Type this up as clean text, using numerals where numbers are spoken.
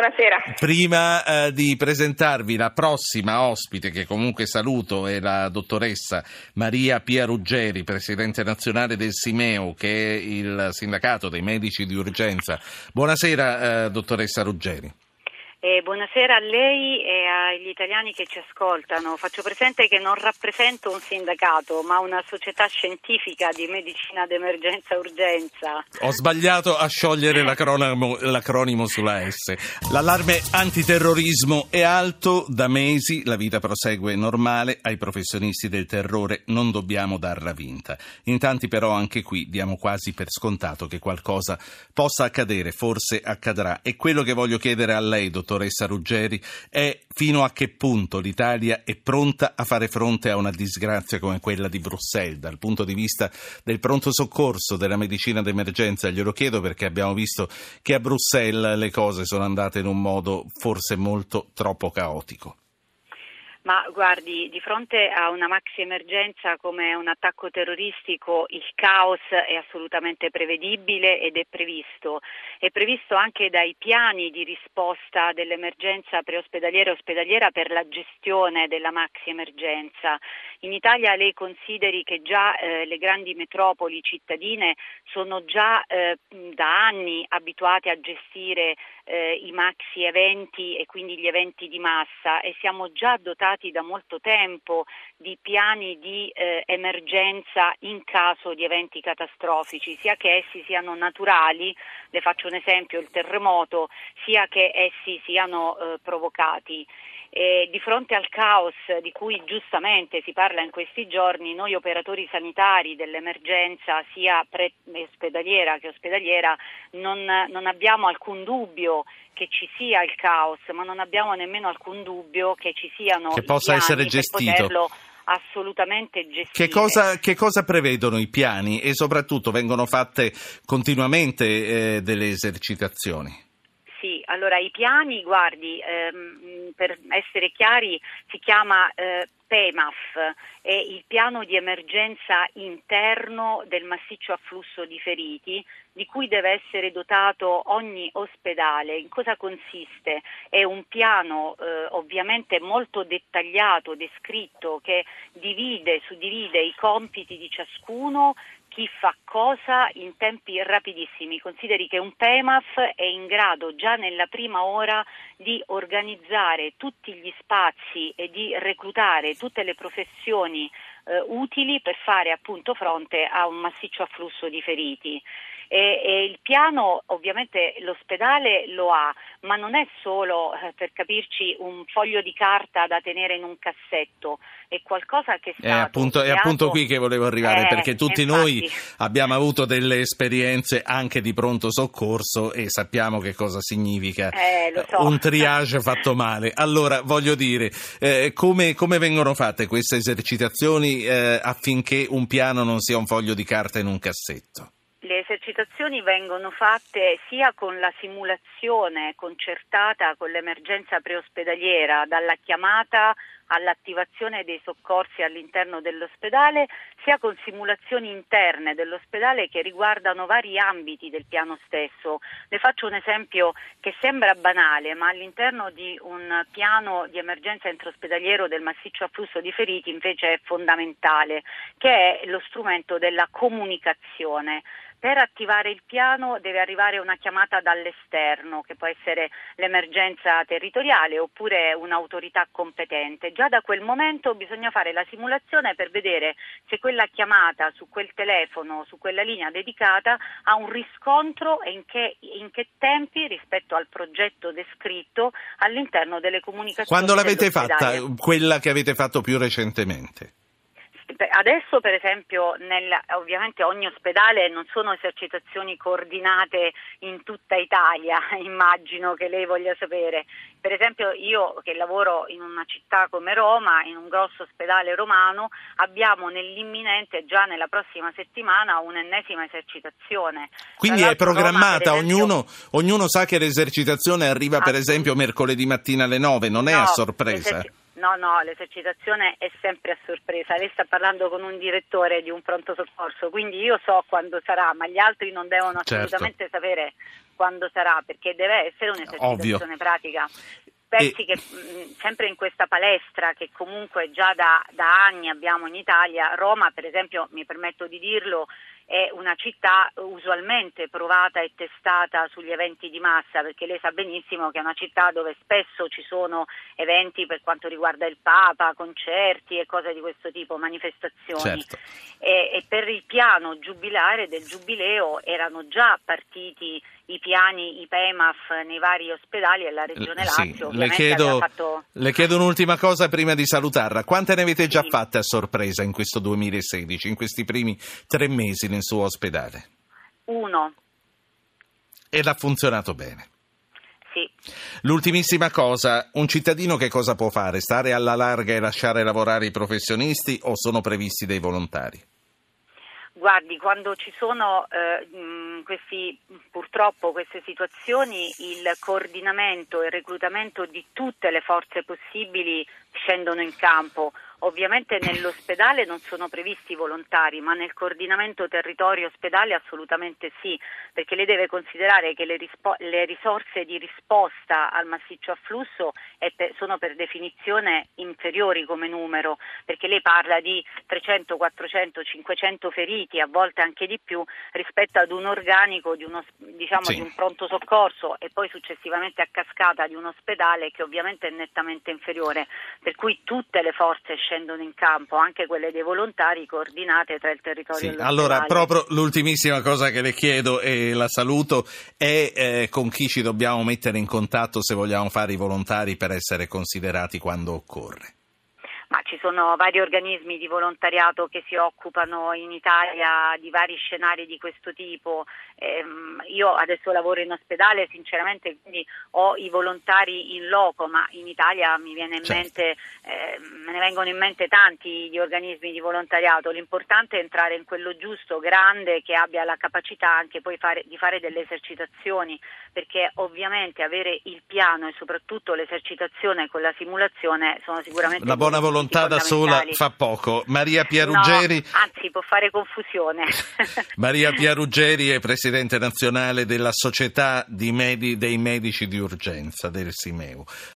buonasera. Prima di presentarvi la prossima ospite, che comunque saluto, è la dottoressa Maria Pia Ruggeri, presidente nazionale del Simeo, che è il sindacato dei medici di urgenza. Buonasera, dottoressa Ruggeri. Buonasera a lei e agli italiani che ci ascoltano. Faccio presente che non rappresento un sindacato, ma una società scientifica di medicina d'emergenza urgenza. Ho sbagliato a sciogliere l'acronimo sulla S. L'allarme antiterrorismo è alto da mesi, la vita prosegue normale, ai professionisti del terrore non dobbiamo darla vinta. In tanti però anche qui diamo quasi per scontato che qualcosa possa accadere, forse accadrà. E quello che voglio chiedere a lei, dottoressa Ruggeri, è fino a che punto l'Italia è pronta a fare fronte a una disgrazia come quella di Bruxelles, dal punto di vista del pronto soccorso, della medicina d'emergenza. Glielo chiedo perché abbiamo visto che a Bruxelles le cose sono andate in un modo forse molto troppo caotico. Ma guardi, di fronte a una maxi emergenza come un attacco terroristico, il caos è assolutamente prevedibile ed è previsto. È previsto anche dai piani di risposta dell'emergenza preospedaliera e ospedaliera per la gestione della maxi emergenza. In Italia lei consideri che già le grandi metropoli cittadine sono già da anni abituate a gestire i maxi eventi e quindi gli eventi di massa, e siamo già dotati da molto tempo di piani di emergenza in caso di eventi catastrofici, sia che essi siano naturali, le faccio un esempio, il terremoto, sia che essi siano provocati. Di fronte al caos di cui giustamente si parla in questi giorni, noi operatori sanitari dell'emergenza sia pre-ospedaliera che ospedaliera non abbiamo alcun dubbio che ci sia il caos, ma non abbiamo nemmeno alcun dubbio che ci siano che possa essere gestito. Per poterlo assolutamente gestire. Che cosa prevedono i piani e soprattutto vengono fatte continuamente delle esercitazioni? Sì, allora i piani, guardi, per essere chiari, si chiama PEMAF, è il piano di emergenza interno del massiccio afflusso di feriti, di cui deve essere dotato ogni ospedale. In cosa consiste? È un piano ovviamente molto dettagliato, descritto, che suddivide i compiti di ciascuno, chi fa cosa in tempi rapidissimi. Consideri che un PEMAF è in grado già nella prima ora di organizzare tutti gli spazi e di reclutare tutte le professioni utili per fare appunto fronte a un massiccio afflusso di feriti. E il piano ovviamente l'ospedale lo ha, ma non è solo, per capirci, un foglio di carta da tenere in un cassetto, è qualcosa che è appunto qui che volevo arrivare, perché tutti noi abbiamo avuto delle esperienze anche di pronto soccorso e sappiamo che cosa significa un triage fatto male. Allora, voglio dire, come vengono fatte queste esercitazioni affinché un piano non sia un foglio di carta in un cassetto? Le esercitazioni vengono fatte sia con la simulazione concertata con l'emergenza preospedaliera, dalla chiamata all'attivazione dei soccorsi all'interno dell'ospedale, sia con simulazioni interne dell'ospedale che riguardano vari ambiti del piano stesso. Le faccio un esempio che sembra banale, ma all'interno di un piano di emergenza intraospedaliero del massiccio afflusso di feriti invece è fondamentale, che è lo strumento della comunicazione. Per attivare il piano deve arrivare una chiamata dall'esterno, che può essere l'emergenza territoriale oppure un'autorità competente. Già da quel momento bisogna fare la simulazione per vedere se quella chiamata su quel telefono, su quella linea dedicata, ha un riscontro e in che tempi rispetto al progetto descritto all'interno delle comunicazioni. Quando l'avete fatta, quella che avete fatto più recentemente? Adesso per esempio ovviamente ogni ospedale non sono esercitazioni coordinate in tutta Italia, immagino che lei voglia sapere. Per esempio io che lavoro in una città come Roma, in un grosso ospedale romano, abbiamo nell'imminente già nella prossima settimana un'ennesima esercitazione. Quindi è programmata, Roma, ognuno sa che l'esercitazione arriva per esempio mercoledì mattina alle 9, non è a sorpresa? No, l'esercitazione è sempre a sorpresa. Lei sta parlando con un direttore di un pronto soccorso, quindi io so quando sarà, ma gli altri non devono assolutamente sapere quando sarà, perché deve essere un'esercitazione pratica. Pensi che sempre in questa palestra che comunque già da anni abbiamo in Italia, Roma per esempio, mi permetto di dirlo, è una città usualmente provata e testata sugli eventi di massa, perché lei sa benissimo che è una città dove spesso ci sono eventi per quanto riguarda il Papa, concerti e cose di questo tipo, manifestazioni. Certo. E per il piano giubilare del Giubileo erano già partiti i piani, i PEMAF nei vari ospedali e la Regione Lazio ovviamente aveva fatto... Le chiedo un'ultima cosa prima di salutarla. Quante ne avete già fatte a sorpresa in questo 2016, in questi primi 3 mesi nel suo ospedale? 1. Ed ha funzionato bene? Sì. L'ultimissima cosa, un cittadino che cosa può fare? Stare alla larga e lasciare lavorare i professionisti o sono previsti dei volontari? Guardi, quando ci sono purtroppo queste situazioni, il coordinamento e il reclutamento di tutte le forze possibili scendono in campo. Ovviamente nell'ospedale non sono previsti volontari, ma nel coordinamento territorio-ospedale assolutamente sì, perché lei deve considerare che le risorse di risposta al massiccio afflusso sono per definizione inferiori come numero, perché lei parla di 300, 400, 500 feriti, a volte anche di più, rispetto ad un organico di un pronto soccorso e poi successivamente a cascata di un ospedale che ovviamente è nettamente inferiore, per cui tutte le forze scendono in campo, anche quelle dei volontari, coordinate tra il territorio e l'ospedale. Allora, proprio l'ultimissima cosa che le chiedo e la saluto è con chi ci dobbiamo mettere in contatto se vogliamo fare i volontari per essere considerati quando occorre. Ma ci sono vari organismi di volontariato che si occupano in Italia di vari scenari di questo tipo. Io adesso lavoro in ospedale, sinceramente, quindi ho i volontari in loco, ma in Italia mi viene in mente, me ne vengono in mente tanti gli organismi di volontariato. L'importante è entrare in quello giusto, grande, che abbia la capacità anche poi di fare delle esercitazioni, perché ovviamente avere il piano e soprattutto l'esercitazione con la simulazione sono sicuramente la buona volontà da sola fa poco. Maria Pia Ruggeri, no, anzi può fare confusione. Maria Pia Ruggeri è presidente nazionale della Società dei Medici di Urgenza del Simeu.